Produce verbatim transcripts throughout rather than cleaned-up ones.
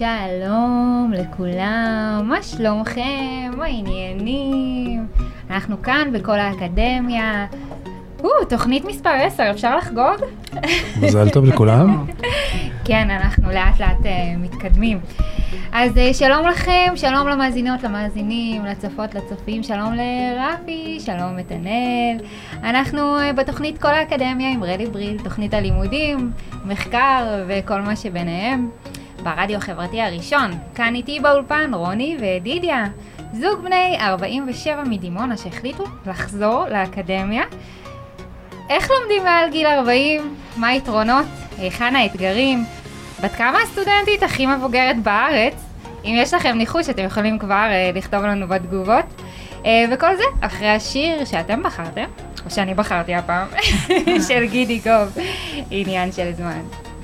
שלום לכולם, מה שלומכם? מה העניינים? אנחנו כאן בכל האקדמיה. או, תוכנית מספר עשר, אפשר לחגוג? מזל טוב לכולם. כן, אנחנו לאט לאט uh, מתקדמים. אז uh, שלום לכם, שלום למאזינות, למאזינים, לצפות, לצופים, שלום לרפי, שלום מתנאל. אנחנו uh, בתוכנית כל האקדמיה עם רלי בריל, תוכנית הלימודים, מחקר וכל מה שביניהם. ברדיו החברתי הראשון, כאן איתי באולפן רוני ודידיה, זוג בני ארבעים ושבע מדימונה שהחליטו לחזור לאקדמיה. איך לומדים מעל גיל ארבעים? מה היתרונות? היכן האתגרים? בת כמה הסטודנטית הכי מבוגרת בארץ? אם יש לכם ניחוש, אתם יכולים כבר uh, לכתוב לנו בתגובות. Uh, וכל זה אחרי השיר שאתם בחרתם, או שאני בחרתי הפעם, של גידי גוב, עניין של זמן.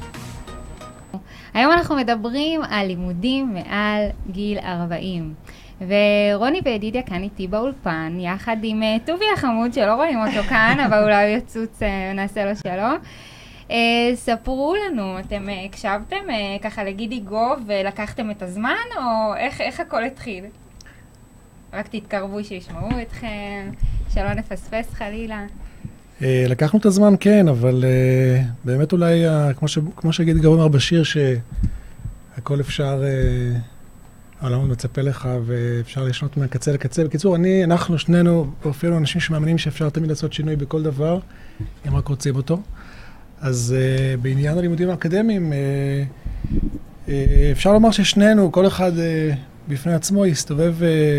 היום אנחנו מדברים על לימודים מעל גיל ארבעים. ורוני וידידיה כאן איתי באולפן, יחד עם טובי החמוד שלא רואים אותו כאן, אבל אולי הוא יצוץ, נעשה לו שלום. ספרו לנו, אתם הקשבתם ככה לגידי גוב ולקחתם את הזמן, או איך, איך הכל התחיל? רק תתקרבו שישמעו אתכם, שלא נפספס חלילה. לקחנו את הזמן, כן, אבל באמת אולי, כמו ש, כמו שגידי גוב אמר בשיר, שהכל אפשר... העולם מצפה לך ואפשר לשנות מהקצה לקצה. בקיצור, אני, אנחנו שנינו, אפילו אנשים שמאמינים שאפשר תמיד לעשות שינוי בכל דבר, אם רק רוצים אותו. אז uh, בעניין הלימודים האקדמיים, uh, uh, אפשר לומר ששנינו, כל אחד uh, בפני עצמו, יסתובב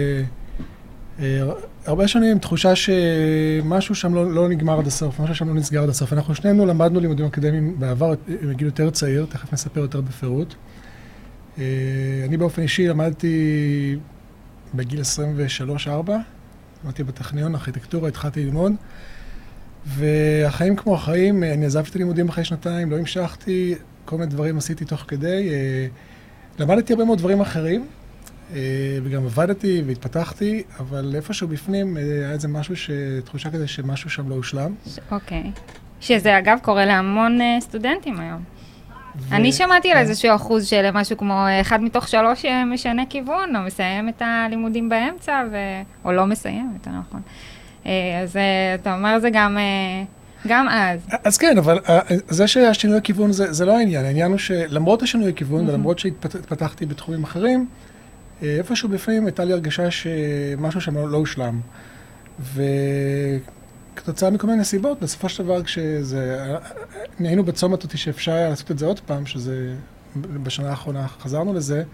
uh, uh, הרבה שנים עם תחושה שמשהו שם לא, לא נגמר עד הסוף, משהו שם לא נסגר עד הסוף. אנחנו שנינו למדנו לימודים אקדמיים בעבר, בגיל יותר צעיר, תכף נספר יותר בפירוט. אני באופן אישי למדתי בגיל עשרים ושלוש ארבע, למדתי בטכניון, ארכיטקטורה, התחלתי ללמוד, והחיים כמו החיים, אני עזבתי את הלימודים אחרי שנתיים, לא המשכתי, כל מיני דברים עשיתי תוך כדי, למדתי הרבה מאוד דברים אחרים, וגם עבדתי והתפתחתי, אבל איפשהו בפנים היה איזה משהו, תחושה כזה שמשהו שם לא הושלם. אוקיי, שזה אגב קורה להמון סטודנטים היום. אני שמעתי על איזשהו אחוז של משהו כמו אחד מתוך שלוש משנה כיוון, או מסיים את הלימודים באמצע, או לא מסיים, יותר נכון. אז אתה אומר זה גם, גם אז. אז כן, אבל זה שהשינוי הכיוון זה לא העניין. העניין הוא שלמרות השינוי הכיוון, ולמרות שהתפתחתי בתחומים אחרים, איפשהו בפנים הייתה לי הרגשה שמשהו שם לא הושלם. ו... כתוצאה מכל מיני סיבות, בסופו של דבר כשזה, היינו בצומת אותי שאפשר היה לעשות את זה עוד פעם, שזה בשנה האחרונה חזרנו לזה,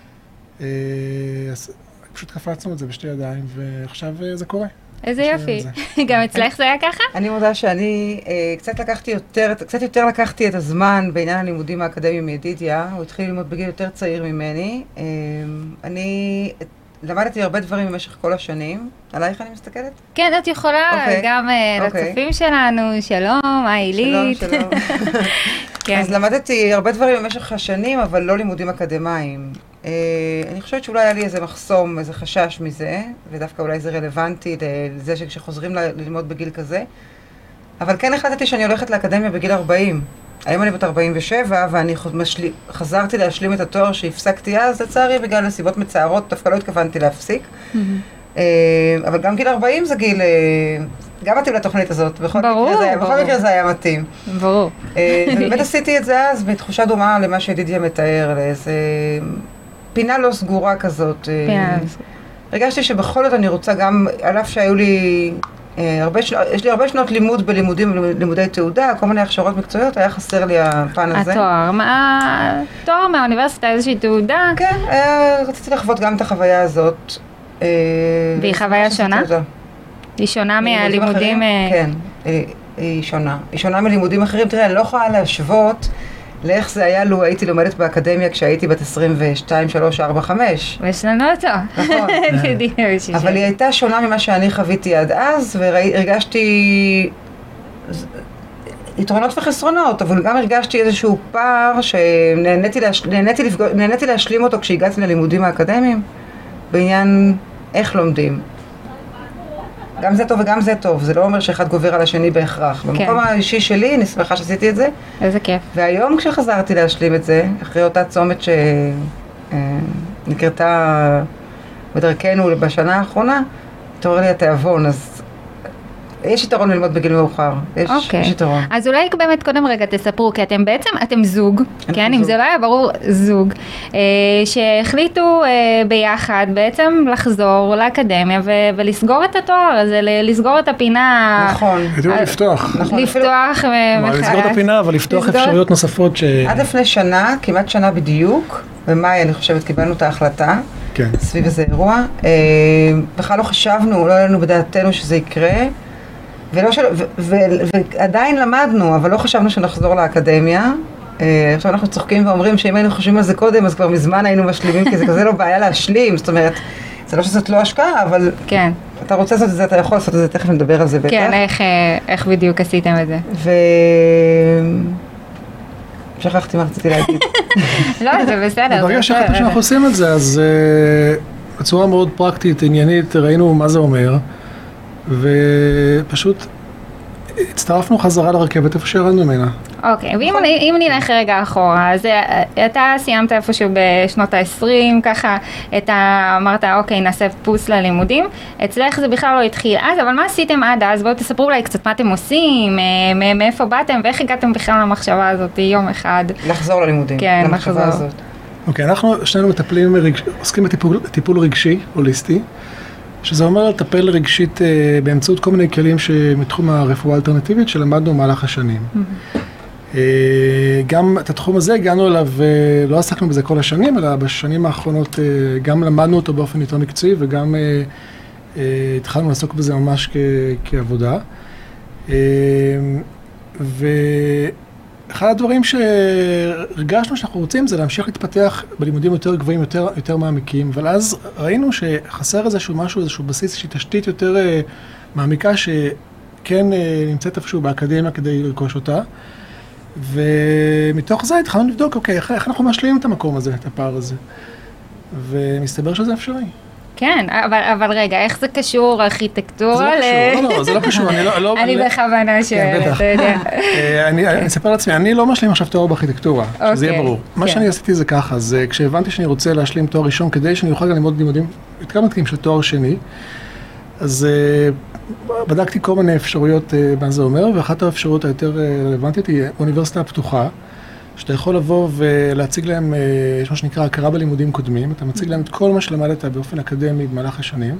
אז פשוט קפצנו את זה בשתי ידיים, ועכשיו זה קורה. איזה יופי. גם אצלך זה היה ככה? אני מודה שאני קצת לקחתי יותר, קצת יותר לקחתי את הזמן בעניין הלימודים האקדמיים מידידיה, הוא התחיל ללמוד בגיל יותר צעיר ממני. אני... למדתי הרבה דברים במשך כל השנים. עלייך אני מסתכלת? כן, את יכולה, okay. גם uh, okay. לצופים שלנו, שלום, היילית. שלום, שלום. כן. אז למדתי הרבה דברים במשך השנים, אבל לא לימודים אקדמיים. Uh, אני חושבת שאולי היה לי איזה מחסום, איזה חשש מזה, ודווקא אולי זה רלוונטי לזה שכשחוזרים ללמוד בגיל כזה. אבל כן החלטתי שאני הולכת לאקדמיה בגיל ארבעים. היום אני בת ארבעים ושבע, ואני משלי, חזרתי להשלים את התואר שהפסקתי אז, לצערי, בגלל נסיבות מצערות, דווקא לא התכוונתי להפסיק. Mm-hmm. אבל גם גיל ארבעים זה גיל, גם מתאים לתוכנית הזאת, בכל ברור, מקרה, ברור. בכל מקרה זה היה מתאים. ברור. ובאמת עשיתי את זה אז, בתחושה דומה למה שידידיה מתאר, לאיזה פינה לא סגורה כזאת. פינה. הרגשתי שבכל זאת אני רוצה גם, על אף שהיו לי... הרבה שנות, יש לי הרבה שנות לימוד בלימודים, לימודי תעודה, כל מיני הכשרות מקצועיות, היה חסר לי הפן הזה. התואר, מה... תואר מהאוניברסיטה, איזושהי תעודה? כן, רציתי לחוות גם את החוויה הזאת. והיא חוויה שונה? היא שונה מהלימודים... כן, היא שונה. היא שונה מלימודים אחרים. תראה, אני לא יכולה להשוות לאיך זה היה לו הייתי לומדת באקדמיה כשהייתי בת עשרים ושתיים, שלוש, ארבע, חמש. ויש לנו אותו. נכון. אבל היא הייתה שונה ממה שאני חוויתי עד אז, והרגשתי יתרונות וחסרונות, אבל גם הרגשתי איזשהו פער שנהניתי להש... נהניתי לפג... נהניתי להשלים אותו כשהגעתי ללימודים האקדמיים, בעניין איך לומדים. גם זה טוב וגם זה טוב, זה לא אומר שאחד גובר על השני בהכרח. כן. במקום האישי שלי, אני שמחה שעשיתי את זה. איזה כיף. והיום כשחזרתי להשלים את זה, אחרי אותה צומת ש... נקרתה בדרכנו בשנה האחרונה, תעורר לי התיאבון, אז יש יתרון ללמוד בגיל מאוחר, יש, okay. יש יתרון. אז אולי באמת קודם רגע תספרו, כי אתם בעצם, אתם זוג, כן, אם זה לא היה ברור, זוג, אה, שהחליטו אה, ביחד בעצם לחזור לאקדמיה ו- ולסגור את התואר הזה, לסגור את הפינה. נכון. הייתי אומר לפתוח. נכון. לפתוח מחדש. לסגור את הפינה, אבל לפתוח אפשרויות נוספות ש... עד לפני שנה, כמעט שנה בדיוק, במאי אני חושבת קיבלנו את ההחלטה, כן. סביב איזה אירוע, אה, בכלל לא חשבנו, לא עלינו בדעתנו שזה יקרה, ולא של... ו... ו... ועדיין למדנו, אבל לא חשבנו שנחזור לאקדמיה. אה, עכשיו אנחנו צוחקים ואומרים שאם היינו חושבים על זה קודם, אז כבר מזמן היינו משלימים, כי זה כזה לא בעיה להשלים, זאת אומרת, זה לא שזאת לא השקעה, אבל... כן. אתה רוצה לעשות את זה, אתה יכול לעשות את זה, תכף נדבר על זה בטח. כן, איך, איך בדיוק עשיתם את זה? ו... שכחתי מה רציתי להגיד. לא, זה בסדר. ברגע שהחלטנו שאנחנו עושים את זה, אז בצורה מאוד פרקטית, עניינית, ראינו מה זה אומר, ופשוט הצטרפנו חזרה לרכבת איפה שירדנו ממנה. אוקיי, ואם נלך רגע אחורה, אז אתה סיימת איפשהו בשנות ה-עשרים, ככה, אמרת, אוקיי, נעשה פוס ללימודים, אצלך זה בכלל לא התחיל אז, אבל מה עשיתם עד אז? בואו תספרו אולי קצת מה אתם עושים, מאיפה באתם, ואיך הגעתם בכלל למחשבה הזאת יום אחד. לחזור ללימודים. כן, לחזור. אוקיי, אנחנו שנינו מטפלים, עוסקים בטיפול רגשי, הוליסטי, שזה אומר לטפל רגשית באמצעות כל מיני כלים מתחום הרפואה האלטרנטיבית שלמדנו במהלך השנים. גם את התחום הזה הגענו אליו, לא עסקנו בזה כל השנים, אלא בשנים האחרונות גם למדנו אותו באופן יותר מקצועי וגם התחלנו לעסוק בזה ממש כעבודה. ואחד הדברים שהרגשנו שאנחנו רוצים זה להמשיך להתפתח בלימודים יותר גבוהים, יותר, יותר מעמיקים, אבל אז ראינו שחסר איזשהו משהו, איזשהו בסיס, איזושהי תשתית יותר מעמיקה שכן נמצאת איפשהו באקדמיה כדי לרכוש אותה. ומתוך זה התחלנו לבדוק, אוקיי, איך, איך אנחנו משלימים את המקום הזה, את הפער הזה. ומסתבר שזה אפשרי. כן, אבל, אבל רגע, איך זה קשור ארכיטקטורה? זה לא קשור, לא, לא, זה לא קשור, אני לא... לא אני בכוונה שואלת, אתה יודע. אני אספר לעצמי, אני לא משלים עכשיו תואר בארכיטקטורה, שזה יהיה ברור. מה שאני עשיתי זה ככה, זה כשהבנתי שאני רוצה להשלים תואר ראשון, כדי שאני אוכל גם ללמוד לימודים, את כמה תקנים של תואר שני, אז בדקתי כל מיני אפשרויות מה זה אומר, ואחת האפשרויות היותר רלוונטית היא אוניברסיטה פתוחה, שאתה יכול לבוא ולהציג להם, יש מה שנקרא הכרה בלימודים קודמים, אתה מציג להם את כל מה שלמדת באופן אקדמי במהלך השנים,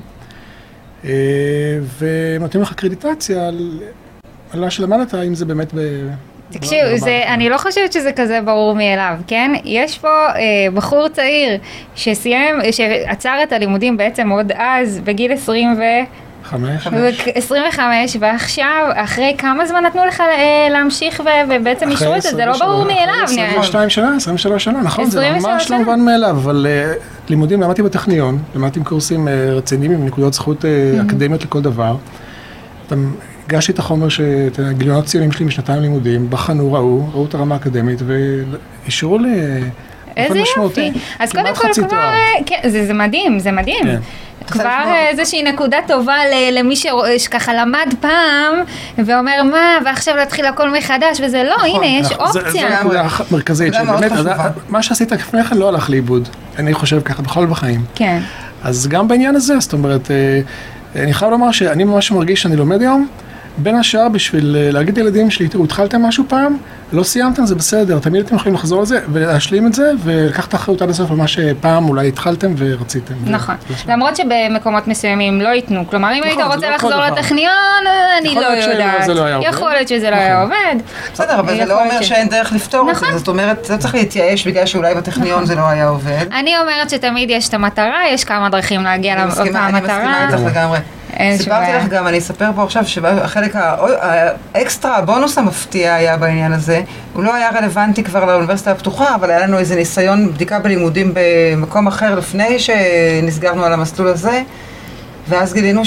ונותנים לך קרדיטציה על מה שלמדת, אם זה באמת ב... תקשיב, אני לא חושבת שזה כזה ברור מאליו, כן? יש פה בחור צעיר שסיים, שעצר את הלימודים בעצם עוד אז, בגיל עשרים ו... חמש. עשרים וחמש, ועכשיו, אחרי כמה זמן נתנו לך להמשיך ובעצם אישרו את זה, זה לא ברור מאליו. עשרים ושתיים שנה, עשרים ושלוש שנה, נכון, זה ממש לא מובן מאליו, אבל לימודים, למדתי בטכניון, למדתי עם קורסים רציניים, עם נקודות זכות אקדמיות לכל דבר. הגשתי את החומר, את הגיליונות ציונים שלי משנתיים לימודים, בחנו, ראו, ראו את הרמה האקדמית, ואישרו לי איזה יופי. אז קודם כל כבר, זה מדהים, זה מדהים. כבר איזושהי נקודה טובה למי שככה למד פעם, ואומר מה, ועכשיו להתחיל הכל מחדש, וזה לא, הנה, יש אופציה. זה נקודה מרכזית, שבאמת, מה שעשית לפני כן לא הלך לאיבוד, אני חושב ככה, בכל בחיים. כן. אז גם בעניין הזה, זאת אומרת, אני חייב לומר שאני ממש מרגיש שאני לומד היום, בין השאר בשביל להגיד לילדים שלי, תראו, התחלתם משהו פעם, לא סיימתם, זה בסדר, תמיד אתם יכולים לחזור על זה ולהשלים את זה, ולקח את האחריות עד הסוף על מה שפעם אולי התחלתם ורציתם. נכון, למרות שבמקומות מסוימים לא ייתנו, כלומר אם היית רוצה לחזור לטכניון, אני לא יודעת, יכול להיות שזה לא היה עובד. בסדר, אבל זה לא אומר שאין דרך לפתור את זה, זאת אומרת, זה צריך להתייאש בגלל שאולי בטכניון זה לא היה עובד. אני אומרת שתמיד יש את המטרה, יש כמה דרכים להגיע לאותה מטרה. אני מסכימה איתך לגמרי. סיפרתי לך גם, אני אספר פה עכשיו שהחלק האקסטרה, הבונוס המפתיע היה בעניין הזה, הוא לא היה רלוונטי כבר לאוניברסיטה הפתוחה, אבל היה לנו איזה ניסיון בדיקה בלימודים במקום אחר לפני שנסגרנו על המסלול הזה, ואז גילינו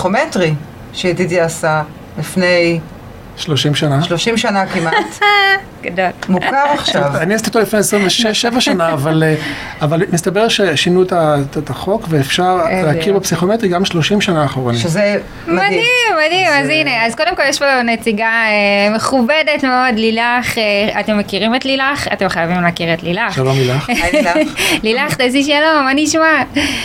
שהפסיכומטרי שידידיה עשה לפני... שלושים שנה. שלושים שנה כמעט. גדול. מוכר עכשיו. אני עשיתי אותו לפני עשרים ושש שבע שנה, אבל מסתבר ששינו את החוק, ואפשר להכיר בפסיכומטרי גם שלושים שנה אחרונים. שזה מדהים. מדהים, מדהים. אז הנה, אז קודם כל יש פה נציגה מכובדת מאוד, לילך. אתם מכירים את לילך? אתם חייבים להכיר את לילך. שלום לילך. לילך, תעשי שלום, מה נשמע?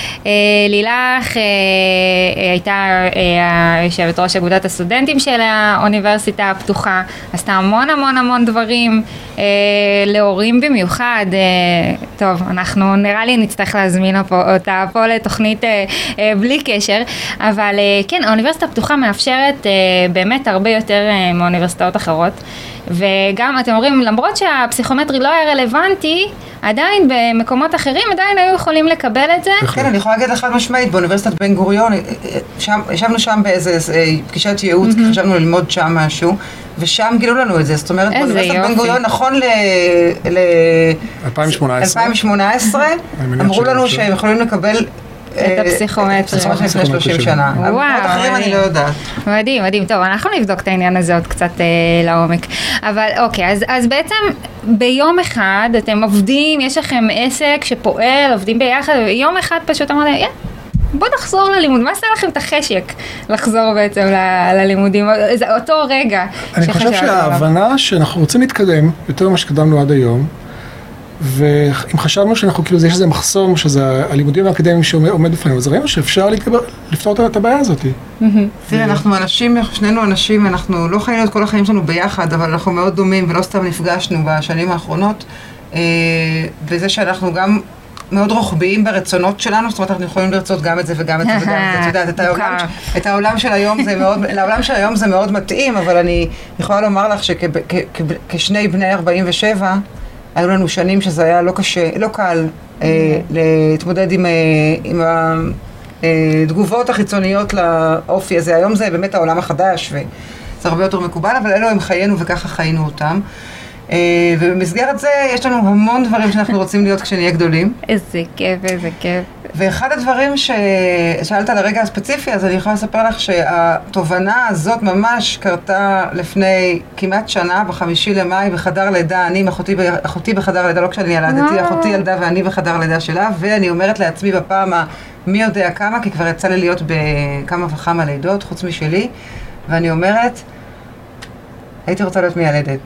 לילך הייתה יושבת ראש אגודת הסטודנטים של האוניברסיטה הפתוחה, עשתה המון המון המון דברים, להורים במיוחד. טוב, אנחנו נראה לי נצטרך להזמין אותה פה לתוכנית בלי קשר, אבל כן, האוניברסיטה הפתוחה מאפשרת באמת הרבה יותר מאוניברסיטאות אחרות, וגם אתם אומרים, למרות שהפסיכומטרי לא היה רלוונטי, עדיין במקומות אחרים עדיין היו יכולים לקבל את זה. כן, אני יכולה להגיד לך משמעית, באוניברסיטת בן גוריון, ישבנו שם באיזה פגישת ייעוץ, כי חשבנו ללמוד שם משהו, ושם גילו לנו את זה. זאת אומרת, באוניברסיטת בן גוריון, נכון ל-אלפיים שמונה עשרה, אמרו לנו שהם יכולים לקבל את הפסיכומטרי. לפני שלושים שנה. וואו. במקומות אחרים אני לא יודעת. מדהים, מדהים. טוב, אנחנו נבדוק את העניין הזה עוד קצת לעומק. אבל אוקיי, אז בעצם ביום אחד אתם עובדים, יש לכם עסק שפועל, עובדים ביחד, ויום אחד פשוט אמרתם, יא, בוא נחזור ללימוד. מה עשה לכם את החשק לחזור בעצם ללימודים? זה אותו רגע. אני חושב שההבנה שאנחנו רוצים להתקדם יותר ממה שקדמנו עד היום, ואם חשבנו שאנחנו כאילו, יש איזה מחסום, שזה הלימודים האקדמיים שעומד בפנינו, אז ראינו שאפשר לפתור את הבעיה הזאת. תראה, אנחנו אנשים, שנינו אנשים, אנחנו לא חיינו את כל החיים שלנו ביחד, אבל אנחנו מאוד דומים ולא סתם נפגשנו בשנים האחרונות, וזה שאנחנו גם מאוד רוחביים ברצונות שלנו, זאת אומרת, אנחנו יכולים לרצות גם את זה וגם את זה וגם את זה. את יודעת, את העולם של היום זה מאוד, לעולם של היום זה מאוד מתאים, אבל אני יכולה לומר לך שכשני בני ארבעים ושבע, היו לנו שנים שזה היה לא קשה, לא קל להתמודד עם התגובות החיצוניות לאופי הזה. היום זה באמת העולם החדש וזה הרבה יותר מקובל, אבל אלו הם חיינו וככה חיינו אותם. ובמסגרת זה יש לנו המון דברים שאנחנו רוצים להיות כשנהיה גדולים. איזה כיף, איזה כיף. ואחד הדברים ששאלת על הרגע הספציפי, אז אני יכולה לספר לך שהתובנה הזאת ממש קרתה לפני כמעט שנה, בחמישי למאי, בחדר לידה. אני עם אחותי, אחותי בחדר לידה, לא כשאני ילדתי, אחותי ילדה ואני בחדר לידה שלה, ואני אומרת לעצמי בפעם מי יודע כמה, כי כבר יצא לי להיות בכמה וכמה לידות, חוץ משלי, ואני אומרת, הייתי רוצה להיות מיילדת.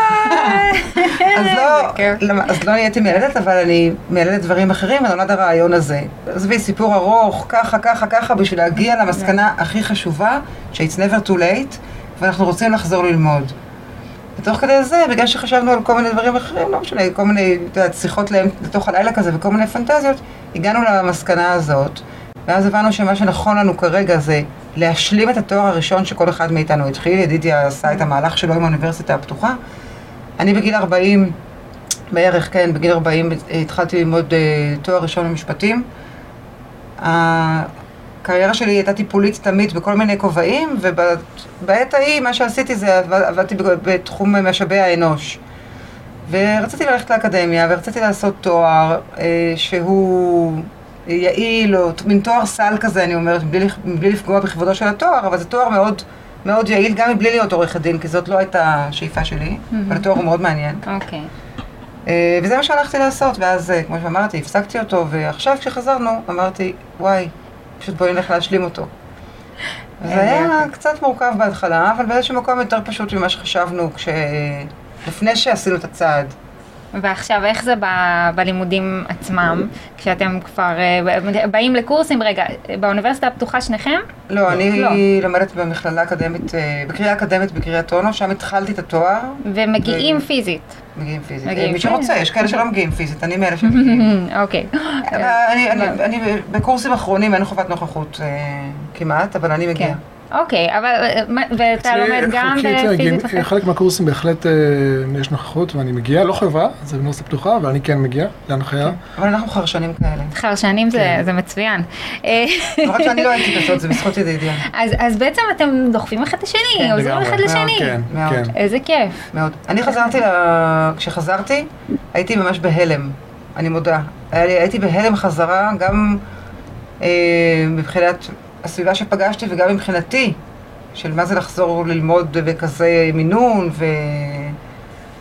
אז לא נהייתי מיילדת, אבל אני מיילדת דברים אחרים, ונולד הרעיון הזה. עזבי, סיפור ארוך, ככה, ככה, ככה, בשביל להגיע למסקנה הכי חשובה, ש-it's never too late, ואנחנו רוצים לחזור ללמוד. ותוך כדי זה, בגלל שחשבנו על כל מיני דברים אחרים, לא משנה, כל מיני שיחות לתוך הלילה כזה, וכל מיני פנטזיות, הגענו למסקנה הזאת, ואז הבנו שמה שנכון לנו כרגע זה להשלים את התואר הראשון שכל אחד מאיתנו התחיל. ידידיה עשה את המהלך שלו עם האוניברסיטה הפתוחה. אני בגיל ארבעים, בערך, כן, בגיל ארבעים התחלתי ללמוד תואר ראשון במשפטים. הקריירה שלי הייתה טיפולית תמיד בכל מיני כובעים, ובעת ההיא מה שעשיתי זה עבדתי בתחום משאבי האנוש. ורציתי ללכת לאקדמיה, ורציתי לעשות תואר שהוא יעיל, או מין תואר סל כזה, אני אומרת, מבלי, מבלי לפגוע בכבודו של התואר, אבל זה תואר מאוד, מאוד יעיל, גם מבלי להיות עורכת דין, כי זאת לא הייתה השאיפה שלי, mm-hmm. אבל התואר הוא מאוד מעניין. אוקיי. Okay. וזה מה שהלכתי לעשות, ואז, כמו שאמרתי, הפסקתי אותו, ועכשיו כשחזרנו, אמרתי, וואי, פשוט בואי נלך להשלים אותו. זה היה קצת מורכב בהתחלה, אבל באיזשהו מקום יותר פשוט ממה שחשבנו, כש... לפני שעשינו את הצעד. ועכשיו, איך זה ב- בלימודים עצמם, כשאתם כבר באים לקורסים? רגע, באוניברסיטה הפתוחה שניכם? לא, אני לא. למדת במכללה אקדמית, בקריאה אקדמית בקריית אונו, שם התחלתי את התואר. ומגיעים ו... פיזית? מגיעים פיזית. מגיעים מי שרוצה, יש כאלה שלא מגיעים פיזית, אני מאלה שמגיעים. אוקיי. אני, אני, אני בקורסים האחרונים אין חובת נוכחות כמעט, אבל אני מגיעה. אוקיי, אבל, ואתה לומד גם בפיזית אחרת? חלק מהקורסים בהחלט יש נוכחות ואני מגיע, לא חובה, זה באוניברסיטה פתוחה, אבל אני כן מגיע להנחיה. אבל אנחנו חרשנים כאלה. חרשנים זה מצוין. למרות שאני לא הייתי כזאת, זה בזכות ידידיה. אז בעצם אתם דוחפים אחד לשני, עוזרים אחד לשני. כן, כן. איזה כיף. מאוד. אני חזרתי, כשחזרתי, הייתי ממש בהלם, אני מודה. הייתי בהלם חזרה, גם מבחינת הסביבה שפגשתי וגם מבחינתי, של מה זה לחזור ללמוד בכזה מינון, ו...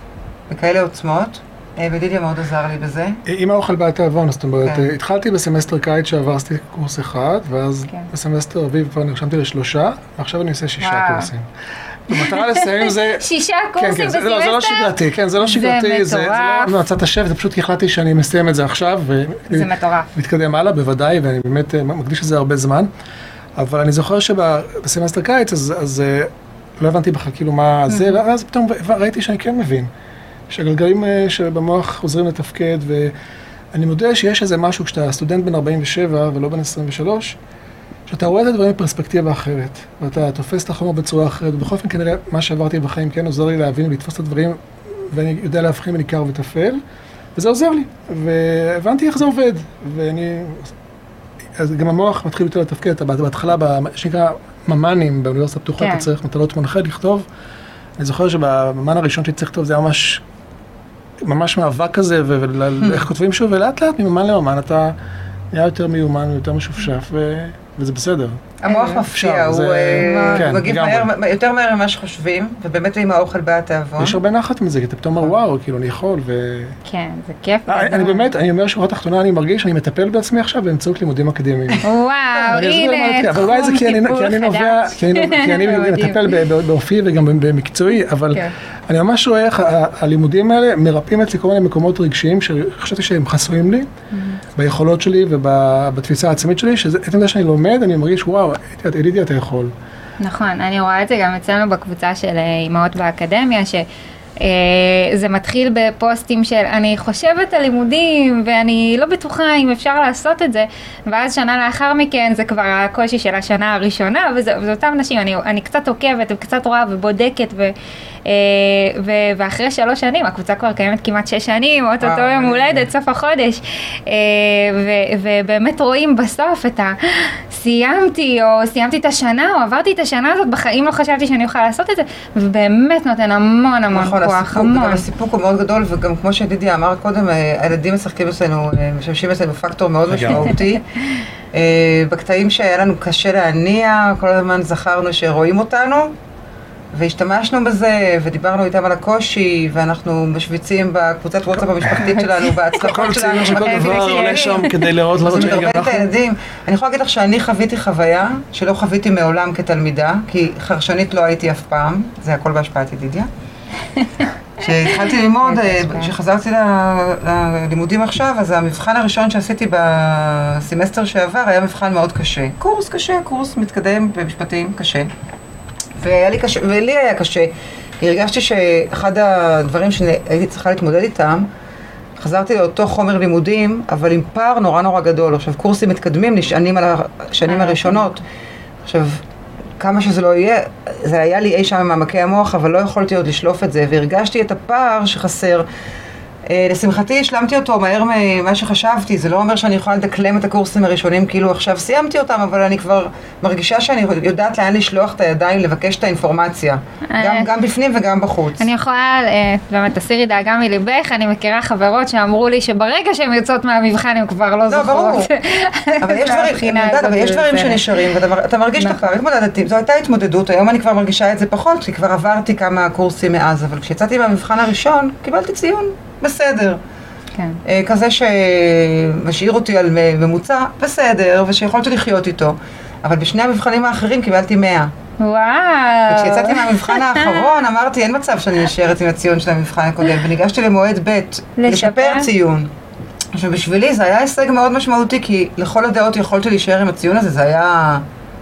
בכאלה עוצמות, ודידיה מאוד עזר לי בזה. עם האוכל בא התיאבון, זאת אומרת, התחלתי בסמסטר קיץ שעברתי קורס אחד, ואז בסמסטר אביב כבר נרשמתי לשלושה, ועכשיו אני עושה שישה קורסים. במטרה לסיים זה... שישה קורסים בסמסטר? זה לא שגרתי, כן, זה לא שגרתי, זה לא מצאת השף, זה פשוט החלטתי שאני מסיים את זה עכשיו, זה מטורף. ומתקדם הלאה, בוודאי, ואני באמת מקדיש לזה הרבה זמן, אבל אני זוכר שבסמסטר קיץ, אז לא הבנתי בכלל כאילו מה זה, ואז פתאום ראיתי שאני כן מבין, שהגלגלים שבמוח חוזרים לתפקד, ואני מודה שיש איזה משהו כשאתה סטודנט בן ארבעים ושבע ולא בן עשרים ושלוש, שאתה רואה את הדברים בפרספקטיבה אחרת, ואתה תופס את החומר בצורה אחרת, ובכל אופן כנראה מה שעברתי בחיים כן עוזר לי להבין ולתפוס את הדברים, ואני יודע להבחין בין עיקר וטפל, וזה עוזר לי, והבנתי איך זה עובד, ואני, אז גם המוח מתחיל יותר לתפקד, אתה בהתחלה, שנקרא ממנים באוניברסיטה הפתוחה, כן. אתה צריך מטלות מונחה לכתוב, אני זוכר שבממן הראשון שצריך לכתוב זה היה ממש, ממש מאבק כזה, ואיך כותבים שוב, ולאט לאט מממן לממן, אתה נהיה יותר מיומן ויותר משופשף, ו... וזה בסדר. המוח מפשיע, הוא מגיב יותר מהר ממה שחושבים, ובאמת עם האוכל בא התיאבון. יש הרבה נחת מזה, כי אתה פתאום אומר, וואו, כאילו, אני יכול, ו... כן, זה כיף. אני באמת, אני אומר שורה תחתונה, אני מרגיש שאני מטפל בעצמי עכשיו באמצעות לימודים אקדמיים. וואו, הנה, אבל אולי זה כי אני נובע, כי אני מטפל באופי וגם במקצועי, אבל אני ממש רואה איך הלימודים האלה מרפאים אצלי כל מיני מקומות רגשיים, שחשבתי שהם חסויים לי, ביכולות שלי ובתפיסה העצמית שלי, שזה זה שאני לומד, אני מרגיש, וואו, אלידי, אתה יכול. נכון, אני רואה את זה גם אצלנו בקבוצה של אימהות באקדמיה, שזה מתחיל בפוסטים של אני חושבת על לימודים, ואני לא בטוחה אם אפשר לעשות את זה, ואז שנה לאחר מכן זה כבר הקושי של השנה הראשונה, וזה, וזה אותם נשים, אני, אני קצת עוקבת וקצת רואה ובודקת, ו, ו, ואחרי שלוש שנים, הקבוצה כבר קיימת כמעט שש שנים, אותו יום הולדת, סוף החודש, ו, ובאמת רואים בסוף את ה... סיימתי, או סיימתי את השנה, או עברתי את השנה הזאת, בחיים לא חשבתי שאני אוכל לעשות את זה, ובאמת נותן המון המון כוח, המון. גם הסיפוק הוא מאוד גדול, וגם כמו שדידי אמר קודם, הילדים משחקים אצלנו, משמשים אצלנו פקטור מאוד משמעותי. בקטעים שהיה לנו קשה להניע, כל הזמן זכרנו שרואים אותנו, והשתמשנו בזה, ודיברנו איתם על הקושי, ואנחנו משוויצים בקבוצת וואטסאפ המשפחתית שלנו, בהצלחות שלנו. שכל דבר עולה שם כדי לראות לראות שגם אנחנו. אני יכולה להגיד לך שאני חוויתי חוויה, שלא חוויתי מעולם כתלמידה, כי חרשנית לא הייתי אף פעם, זה הכל בהשפעת ידידיה. כשהתחלתי ללמוד, כשחזרתי ללימודים עכשיו, אז המבחן הראשון שעשיתי בסמסטר שעבר היה מבחן מאוד קשה. קורס קשה, קורס מתקדם במשפטים קשה. והיה לי קשה, ולי היה קשה. הרגשתי שאחד הדברים שהייתי צריכה להתמודד איתם, חזרתי לאותו חומר לימודים, אבל עם פער נורא נורא גדול. עכשיו, קורסים מתקדמים נשענים על השנים הראשונות. עכשיו, כמה שזה לא יהיה, זה היה לי אי שם ממעמקי המוח, אבל לא יכולתי עוד לשלוף את זה, והרגשתי את הפער שחסר. לשמחתי, השלמתי אותו מהר ממה שחשבתי, זה לא אומר שאני יכולה לדקלם את הקורסים הראשונים, כאילו עכשיו סיימתי אותם, אבל אני כבר מרגישה שאני יודעת לאן לשלוח את הידיים, לבקש את האינפורמציה, גם, גם בפנים וגם בחוץ. אני יכולה, באמת, תסירי דאגה מליבך, אני מכירה חברות שאמרו לי שברגע שהן יוצאות מהמבחן, הן כבר לא זוכרות. לא, ברור. אבל יש דברים, אבל יש דברים שנשארים, ואתה מרגיש את הפער, התמודדתי, זו הייתה התמודדות, היום אני כבר מרגישה את זה פחות, כי כבר עברתי כמה קורסים מאז, אבל כשיצאתי מהמבחן הראשון, קיבלתי ציון. בסדר. כן. כזה שמשאיר אותי על ממוצע, בסדר, ושיכולתי לחיות איתו. אבל בשני המבחנים האחרים קיבלתי מאה. וואו. וכשיצאתי מהמבחן האחרון, אמרתי, אין מצב שאני נשארת עם הציון של המבחן הקודם, וניגשתי למועד ב' לשפר ציון. ובשבילי זה היה הישג מאוד משמעותי, כי לכל הדעות יכולתי להישאר עם הציון הזה, זה היה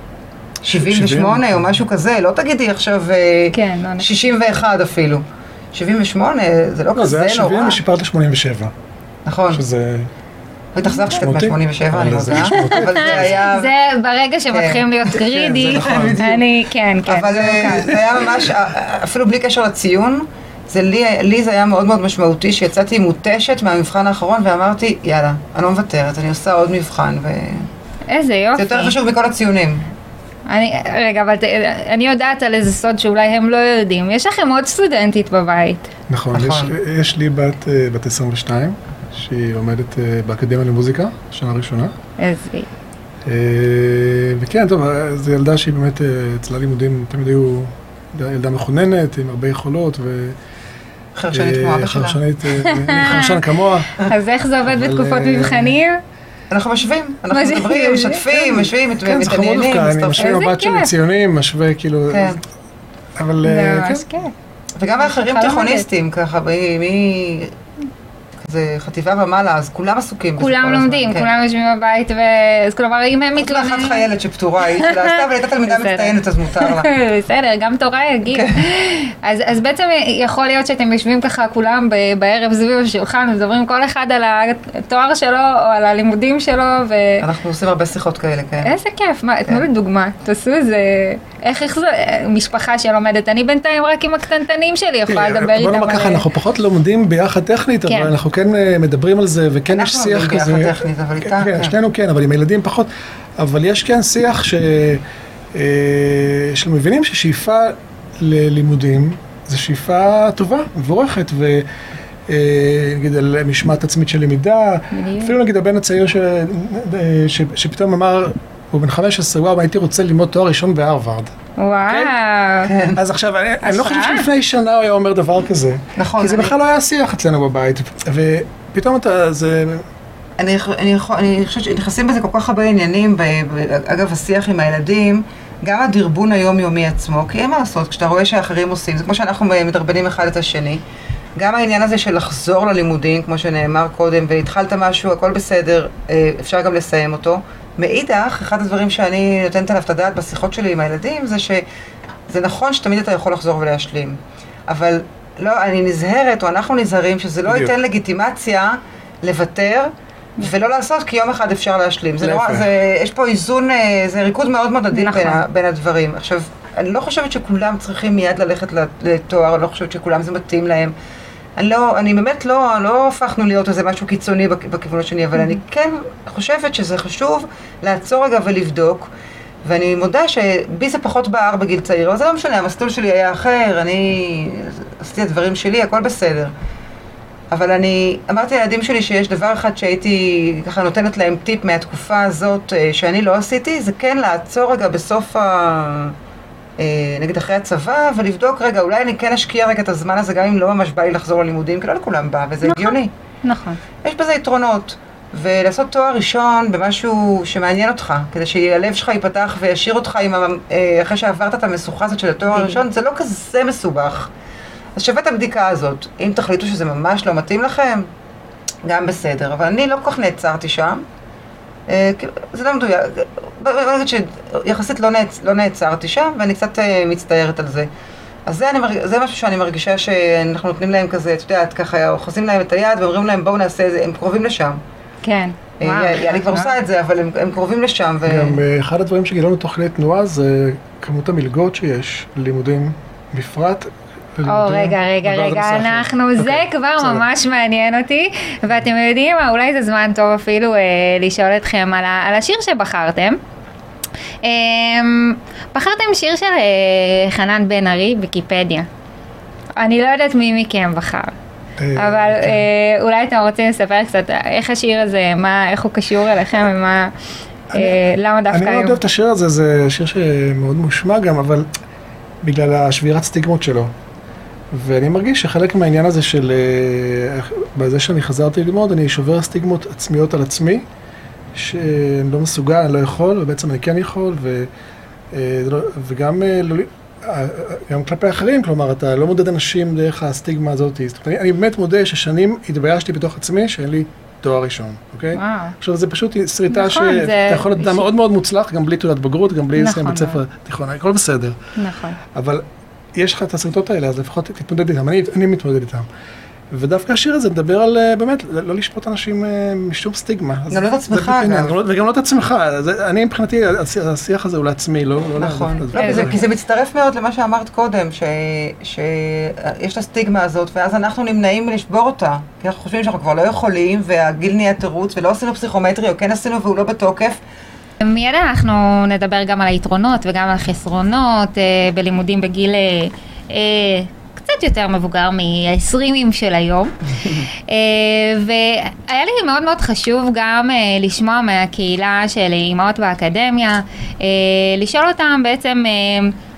שבעים ושמונה או משהו כזה, לא תגידי עכשיו שישים ואחת אפילו. שבעים ושמונה, זה לא כזה נורא. זה היה שבעים ושיפרת ל-שמונים ושבע. נכון. שזה... והתאכזב שקט מה-שמונים ושבע, אני מודה. אבל זה היה... זה ברגע שמתחילים להיות גרידי. אני, כן, כן. אבל זה היה ממש, אפילו בלי קשר לציון, לי זה היה מאוד מאוד משמעותי, שיצאתי מוטשת מהמבחן האחרון, ואמרתי, יאללה, אני לא מוותרת, אני עושה עוד מבחן. איזה יופי. זה יותר חשוב מכל הציונים. אני, רגע, אבל אני יודעת על איזה סוד שאולי הם לא יודעים. יש לכם עוד סטודנטית בבית. נכון, יש, יש לי בת, בת עשרים ושתיים, שהיא עומדת באקדמיה למוזיקה, שנה ראשונה. איזה. וכן, טוב, זו ילדה שהיא באמת, אצלה לימודים תמיד היו ילדה מכוננת, עם הרבה יכולות, חרשנית כמו אבא שלה. חרשנית, אני חרשן כמוה. אז איך זה עובד בתקופות מבחנים? אנחנו משווים, אנחנו מדברים, משתפים, משווים, מתעניינים, מסתרשים. אני משווה מבט של ציונים, משווה כאילו... אבל כן. וגם האחרים תיכוניסטים ככה, מי... זה חטיבה ומעלה, אז כולם עסוקים. כולם לומדים, כולם יושבים בבית, אז כלומר, אם הם מתלוננים... אחת חיילת שפטורה, היא שלה עשתה, אבל הייתה תלמידה מצטיינת, אז מותר לה. בסדר, גם תורה יגיד. אז בעצם יכול להיות שאתם יושבים ככה כולם בערב סביב השולחן, מדברים כל אחד על התואר שלו, או על הלימודים שלו, ו... אנחנו עושים הרבה שיחות כאלה, כן. איזה כיף, מה, תנו לי דוגמה, תעשו איזה... איך זה משפחה שלומדת? אני בינתיים רק עם הקטנטנים שלי יכולה לדבר איתם. בוא נאמר ככה, אנחנו פחות לומדים ביחד טכנית, אבל אנחנו כן מדברים על זה, וכן יש שיח כזה. אנחנו לומדים ביחד טכנית, אבל איתה. כן, שנינו כן, אבל עם הילדים פחות. אבל יש כן שיח שמבינים ששאיפה ללימודים, זו שאיפה טובה, מבורכת, ונגיד על משמעת עצמית של למידה, אפילו נגיד הבן הצעיר שפתאום אמר, הוא בן חמש עשרה, וואו, הייתי רוצה ללמוד תואר ראשון בהרווארד. וואו. אז עכשיו, אני לא חושב שלפני שנה הוא היה אומר דבר כזה. נכון. כי זה בכלל לא היה שיח אצלנו בבית. ופתאום אתה, זה... אני חושבת שנכנסים בזה כל כך הרבה עניינים, אגב, השיח עם הילדים, גם הדרבון היומיומי עצמו, כי אין מה לעשות, כשאתה רואה שאחרים עושים, זה כמו שאנחנו מדרבנים אחד את השני. גם העניין הזה של לחזור ללימודים, כמו שנאמר קודם, והתחלת משהו, הכל בסדר, אפשר גם לסיים אותו. מאידך, אחד הדברים שאני נותנת עליו את הדעת בשיחות שלי עם הילדים, זה שזה נכון שתמיד אתה יכול לחזור ולהשלים. אבל לא, אני נזהרת, או אנחנו נזהרים, שזה לא ייתן לגיטימציה לוותר, ולא לעשות, כי יום אחד אפשר להשלים. זה נורא, זה, יש פה איזון, זה ריקוד מאוד מאוד עדין בין, בין הדברים. עכשיו, אני לא חושבת שכולם צריכים מיד ללכת לתואר, אני לא חושבת שכולם זה מתאים להם. אני לא, אני באמת לא, לא הפכנו להיות איזה משהו קיצוני בכיוון השני, אבל אני כן חושבת שזה חשוב לעצור רגע ולבדוק, ואני מודה שבי זה פחות בער בגיל צעיר, אבל זה לא משנה, המסלול שלי היה אחר, אני עשיתי את הדברים שלי, הכל בסדר. אבל אני אמרתי לילדים שלי שיש דבר אחד שהייתי ככה נותנת להם טיפ מהתקופה הזאת שאני לא עשיתי, זה כן לעצור רגע בסוף ה... נגיד אחרי הצבא, ולבדוק רגע, אולי אני כן אשקיע רגע את הזמן הזה, גם אם לא ממש בא לי לחזור ללימודים, כי לא לכולם בא, וזה הגיוני. נכון. יש בזה יתרונות, ולעשות תואר ראשון במשהו שמעניין אותך, כדי שהלב שלך ייפתח וישאיר אותך אחרי שעברת את המשוכה הזאת של התואר הראשון, זה לא כזה מסובך. אז שווה את הבדיקה הזאת. אם תחליטו שזה ממש לא מתאים לכם, גם בסדר, אבל אני לא כל כך נעצרתי שם. זה לא מדויק, בוא נגיד שיחסית לא, נעצ... לא נעצרתי שם, ואני קצת מצטערת על זה. אז זה, אני מרג... זה משהו שאני מרגישה שאנחנו נותנים להם כזה, את יודעת, ככה, אוחזים להם את היד ואומרים להם בואו נעשה את זה, הם קרובים לשם. כן. אני כבר עושה את זה, אבל הם, הם קרובים לשם. ו... גם אחד הדברים שגילינו תוך כדי תנועה זה כמות המלגות שיש ללימודים בפרט. או, רגע, רגע, רגע, אנחנו, זה כבר ממש מעניין אותי, ואתם יודעים מה, אולי זה זמן טוב אפילו לשאול אתכם על השיר שבחרתם. בחרתם שיר של חנן בן ארי, ויקיפדיה. אני לא יודעת מי מכם בחר, אבל אולי אתם רוצים לספר קצת איך השיר הזה, איך הוא קשור אליכם ומה, למה דווקא היום. אני מאוד אוהב את השיר הזה, זה שיר שמאוד מושמע גם, אבל בגלל השבירת סטיגמות שלו. ואני מרגיש שחלק מהעניין הזה של, בזה שאני חזרתי ללמוד, אני שובר סטיגמות עצמיות על עצמי, שאני לא מסוגל, אני לא יכול, ובעצם אני כן יכול, ו, וגם גם כלפי אחרים, כלומר, אתה לא מודד אנשים דרך הסטיגמה הזאת. אני, אני באמת מודה ששנים התביישתי בתוך עצמי שאין לי תואר ראשון, אוקיי? וואו. עכשיו, זה פשוט שריטה נכון, שאתה זה... יכול להיות אדם מאוד מאוד מוצלח, גם בלי תעודת בגרות, גם בלי לסיים בית ספר תיכון, הכל בסדר. נכון. אבל יש לך את הסרטות האלה, אז לפחות תתמודד איתם, אני, אני מתמודד איתם. ודווקא השיר הזה מדבר על, באמת, לא לשפוט אנשים משום סטיגמה. גם לא את עצמך, אגב. וגם לא את עצמך. אני מבחינתי, השיח הזה הוא לעצמי, לא... נכון. כי זה מצטרף מאוד למה שאמרת קודם, שיש את הסטיגמה הזאת, ואז אנחנו נמנעים מלשבור אותה. כי אנחנו חושבים שאנחנו כבר לא יכולים, והגיל נהיה תירוץ, ולא עשינו פסיכומטרי, או כן עשינו והוא לא בתוקף. מיד אנחנו נדבר גם על היתרונות וגם על החסרונות בלימודים בגיל קצת יותר מבוגר מ-העשרימים של היום. והיה לי מאוד מאוד חשוב גם לשמוע מהקהילה של אימהות באקדמיה, לשאול אותם בעצם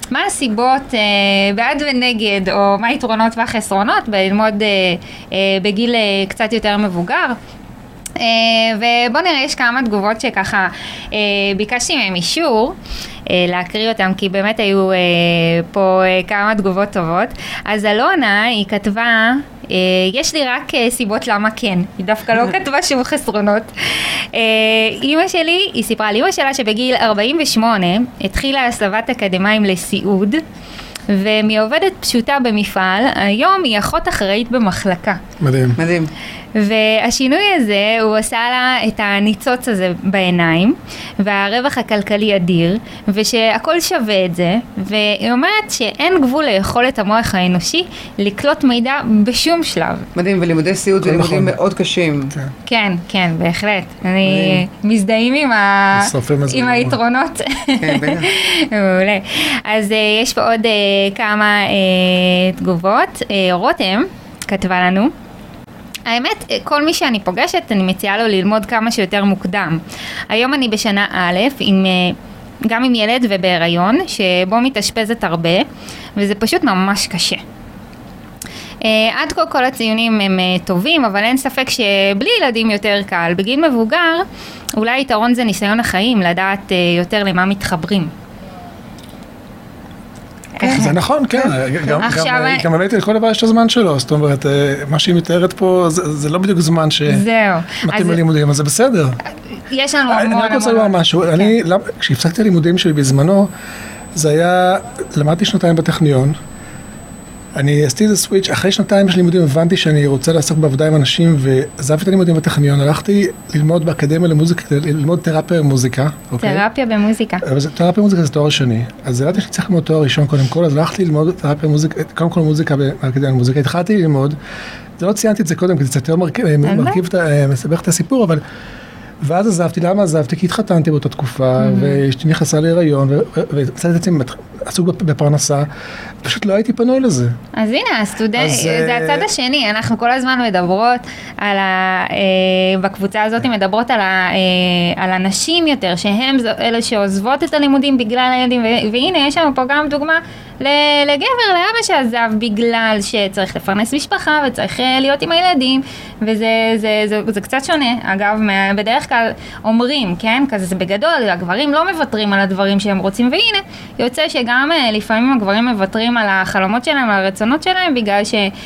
מה הסיבות אה, בעד ונגד, או מה היתרונות והחסרונות בללמוד אה, אה, בגיל אה, קצת יותר מבוגר. Uh, ובוא נראה, יש כמה תגובות שככה uh, ביקשתי מהם אישור uh, להקריא אותם, כי באמת היו uh, פה uh, כמה תגובות טובות. אז אלונה, היא כתבה, uh, יש לי רק uh, סיבות למה כן, היא דווקא לא כתבה שום חסרונות. uh, אמא שלי, היא סיפרה על אמא שלה שבגיל ארבעים ושמונה התחילה הסבת אקדמיים לסיעוד, ומעובדת פשוטה במפעל, היום היא אחות אחראית במחלקה. מדהים. מדהים. והשינוי הזה, הוא עשה לה את הניצוץ הזה בעיניים, והרווח הכלכלי אדיר, ושהכל שווה את זה, והיא אומרת שאין גבול ליכולת המוח האנושי לקלוט מידע בשום שלב. מדהים, ולימודי סיעוד זה לימודים מאוד קשים. כן, כן, בהחלט. אני מזדהים עם ה... עם היתרונות. כן, בטח. מעולה. אז יש פה עוד כמה תגובות. רותם כתבה לנו, האמת, כל מי שאני פוגשת, אני מציעה לו ללמוד כמה שיותר מוקדם. היום אני בשנה א', עם, גם עם ילד ובהיריון, שבו מתאשפזת הרבה, וזה פשוט ממש קשה. עד כה כל הציונים הם טובים, אבל אין ספק שבלי ילדים יותר קל. בגיל מבוגר, אולי יתרון זה ניסיון החיים, לדעת יותר למה מתחברים. זה נכון, כן, גם באמת לכל דבר יש את הזמן שלו, זאת אומרת, מה שהיא מתארת פה, זה לא בדיוק זמן שמתאים ללימודים, אז זה בסדר. יש לנו המון המון. אני רק רוצה לומר משהו, כשהפסקתי הלימודים שלי בזמנו, זה היה, למדתי שנתיים בטכניון, אני עשיתי איזה סוויץ', אחרי שנתיים של לימודים הבנתי שאני רוצה לעסוק בעבודה עם אנשים, ועזבתי את הלימודים בטכניון, הלכתי ללמוד באקדמיה למוזיקה, ללמוד תרפיה במוזיקה. תרפיה במוזיקה. תרפיה במוזיקה זה תואר שני. אז ידעתי שאני צריך ללמוד תואר ראשון קודם כל, אז הלכתי ללמוד תרפיה במוזיקה, קודם כל מוזיקה באקדמיה למוזיקה. התחלתי ללמוד, זה לא ציינתי את זה קודם, כי זה קצת יותר מרכיב, מסבך את הסיפור, אבל ואז עזבתי, למה עזבתי? כי התחתנתי באותה תקופה, ואשתי נכנסה להיריון, וצאתי את עצמי עסוק בפרנסה, פשוט לא הייתי פנוי לזה. אז הנה, הסטודנט, זה הצד השני, אנחנו כל הזמן מדברות על ה... בקבוצה הזאת מדברות על הנשים יותר, שהן אלה שעוזבות את הלימודים בגלל הילדים, והנה, יש לנו פה גם דוגמה לגבר, לאבא שעזב בגלל שצריך לפרנס משפחה וצריך להיות עם הילדים, וזה זה, זה, זה קצת שונה. אגב, בדרך כלל אומרים, כן, כזה זה בגדול, הגברים לא מוותרים על הדברים שהם רוצים, והנה, יוצא שגם לפעמים הגברים מוותרים על החלומות שלהם, על הרצונות שלהם, בגלל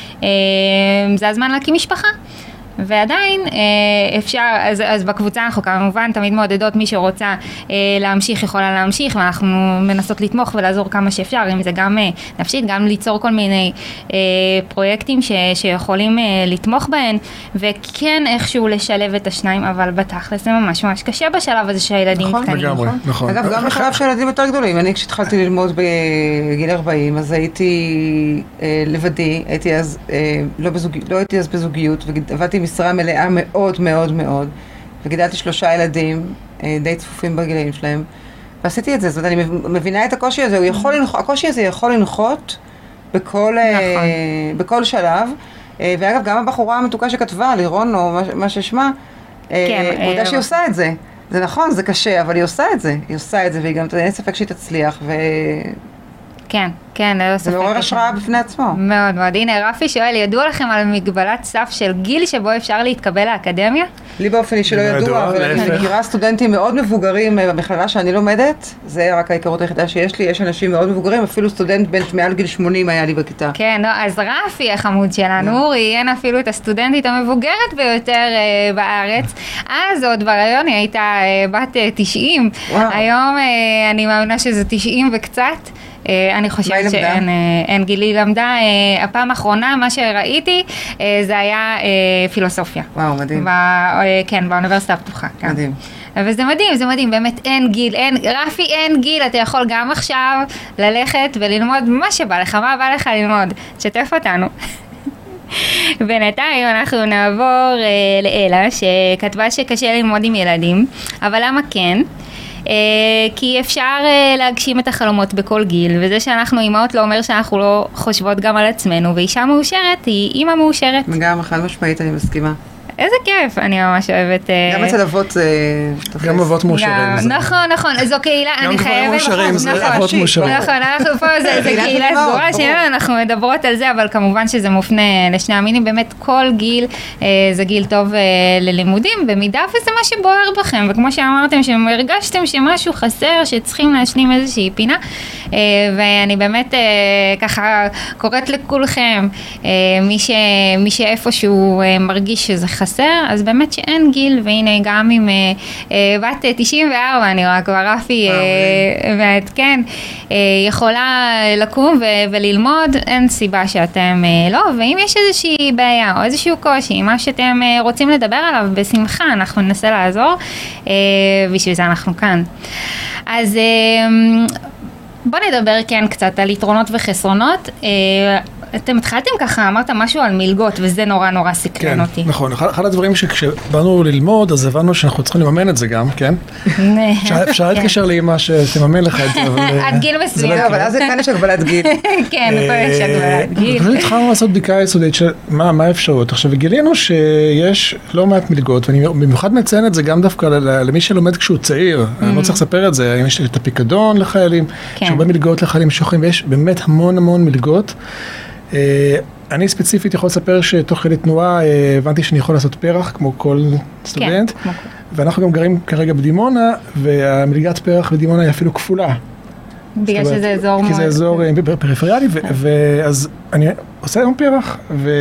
שזה הזמן להקים משפחה. ועדיין אפשר, אז, אז בקבוצה אנחנו כמובן תמיד מעודדות מי שרוצה להמשיך יכולה להמשיך, ואנחנו מנסות לתמוך ולעזור כמה שאפשר, אם זה גם נפשית, גם ליצור כל מיני פרויקטים ש, שיכולים לתמוך בהן, וכן איכשהו לשלב את השניים, אבל בתכלס זה ממש ממש קשה בשלב הזה שהילדים נכון, קטנים. לגמרי, נכון. אגב, גם בשלב שהילדים יותר גדולים, אני כשהתחלתי ללמוד בגיל ארבעים, אז הייתי לבדי, הייתי אז, לא, בזוג, לא הייתי אז בזוגיות, ועבדתי משרה מלאה מאוד מאוד מאוד, וגידלתי שלושה ילדים, די צפופים בגילאים שלהם, ועשיתי את זה, זאת אומרת, אני מבינה את הקושי הזה, הוא יכול לנחות, הקושי הזה יכול לנחות בכל, נכון. בכל שלב, ואגב, גם הבחורה המתוקה שכתבה, לירון, או מה ששמה, כן, מודה שהיא עושה את זה. זה נכון, זה קשה, אבל היא עושה את זה, היא עושה את זה, והיא גם אין ספק שהיא תצליח, ו... כן, כן, לא ספק. זה מעורר השראה בפני עצמו. מאוד מאוד. הנה, רפי שואל, ידוע לכם על מגבלת סף של גיל שבו אפשר להתקבל לאקדמיה? לי באופן אישי לא ידוע, אבל אני מכירה סטודנטים מאוד מבוגרים במכללה שאני לומדת, זה רק ההיכרות היחידה שיש לי, יש אנשים מאוד מבוגרים, אפילו סטודנט בין מעל גיל שמונים היה לי בכיתה. כן, אז רפי החמוד שלנו, ראיין אפילו את הסטודנטית המבוגרת ביותר בארץ, אז עוד בריון היא הייתה בת תשעים, היום אני מאמינה שזה תשעים וקצת, אני חושבת שאין גילי למדה, הפעם האחרונה מה שראיתי זה היה פילוסופיה. וואו, מדהים. כן, באוניברסיטה הפתוחה. מדהים. וזה מדהים, זה מדהים, באמת אין גיל, אין, רפי אין גיל, אתה יכול גם עכשיו ללכת וללמוד מה שבא לך, מה בא לך ללמוד, תשתף אותנו. בינתיים אנחנו נעבור לאלה שכתבה שקשה ללמוד עם ילדים, אבל למה כן? Uh, כי אפשר uh, להגשים את החלומות בכל גיל, וזה שאנחנו אימהות לא אומר שאנחנו לא חושבות גם על עצמנו, ואישה מאושרת היא אימא מאושרת. גם אחד משמעית, אני מסכימה. איזה כיף, אני ממש אוהבת... גם אצל אבות זה תופס. גם אבות מאושרים. נכון, נכון, זו קהילה, אני חייבת... גם דברים מאושרים, זה אבות מאושרים. נכון, אנחנו פה, זה קהילה סגורה, שאנחנו מדברות על זה, אבל כמובן שזה מופנה לשני המינים, באמת כל גיל זה גיל טוב ללימודים, במידה וזה מה שבוער בכם, וכמו שאמרתם, שהרגשתם שמשהו חסר, שצריכים להשלים איזושהי פינה, ואני באמת ככה קוראת לכולכם, מי שאיפשהו מרגיש שזה חסר, אז באמת שאין גיל, והנה גם עם בת תשעים וארבע, אני רואה כבר רפי, ואת כן, יכולה לקום וללמוד, אין סיבה שאתם לא, ואם יש איזושהי בעיה או איזשהו קושי, מה שאתם רוצים לדבר עליו, בשמחה אנחנו ננסה לעזור, בשביל זה אנחנו כאן. אז בוא נדבר כן קצת על יתרונות וחסרונות. אתם התחלתם ככה, אמרת משהו על מלגות, וזה נורא נורא סקרן אותי. כן, נכון. אחד הדברים שכשבאנו ללמוד, אז הבנו שאנחנו צריכים לממן את זה גם, כן? אפשר להתקשר לאמא שתממן לך את זה, אבל... עד גיל מסוים. אבל אז כאן יש הגבלת גיל. כן, פה יש הגבלת גיל. אנחנו התחלנו לעשות בדיקה יסודית של מה האפשרות. עכשיו, גילינו שיש לא מעט מלגות, ואני במיוחד מציין את זה גם דווקא למי שלומד כשהוא צעיר. אני לא צריך לספר את זה, יש את הפיקדון לחיילים, יש הרבה מלגות לחיילים משוחררים, ויש באמת המון המון מלגות. אני ספציפית יכול לספר שתוך כדי תנועה הבנתי שאני יכול לעשות פרח כמו כל סטודנט, ואנחנו גם גרים כרגע בדימונה, והמלגת פרח בדימונה היא אפילו כפולה. בגלל שזה אזור מאוד... כי זה אזור פריפריאלי, ואז אני עושה היום פרח,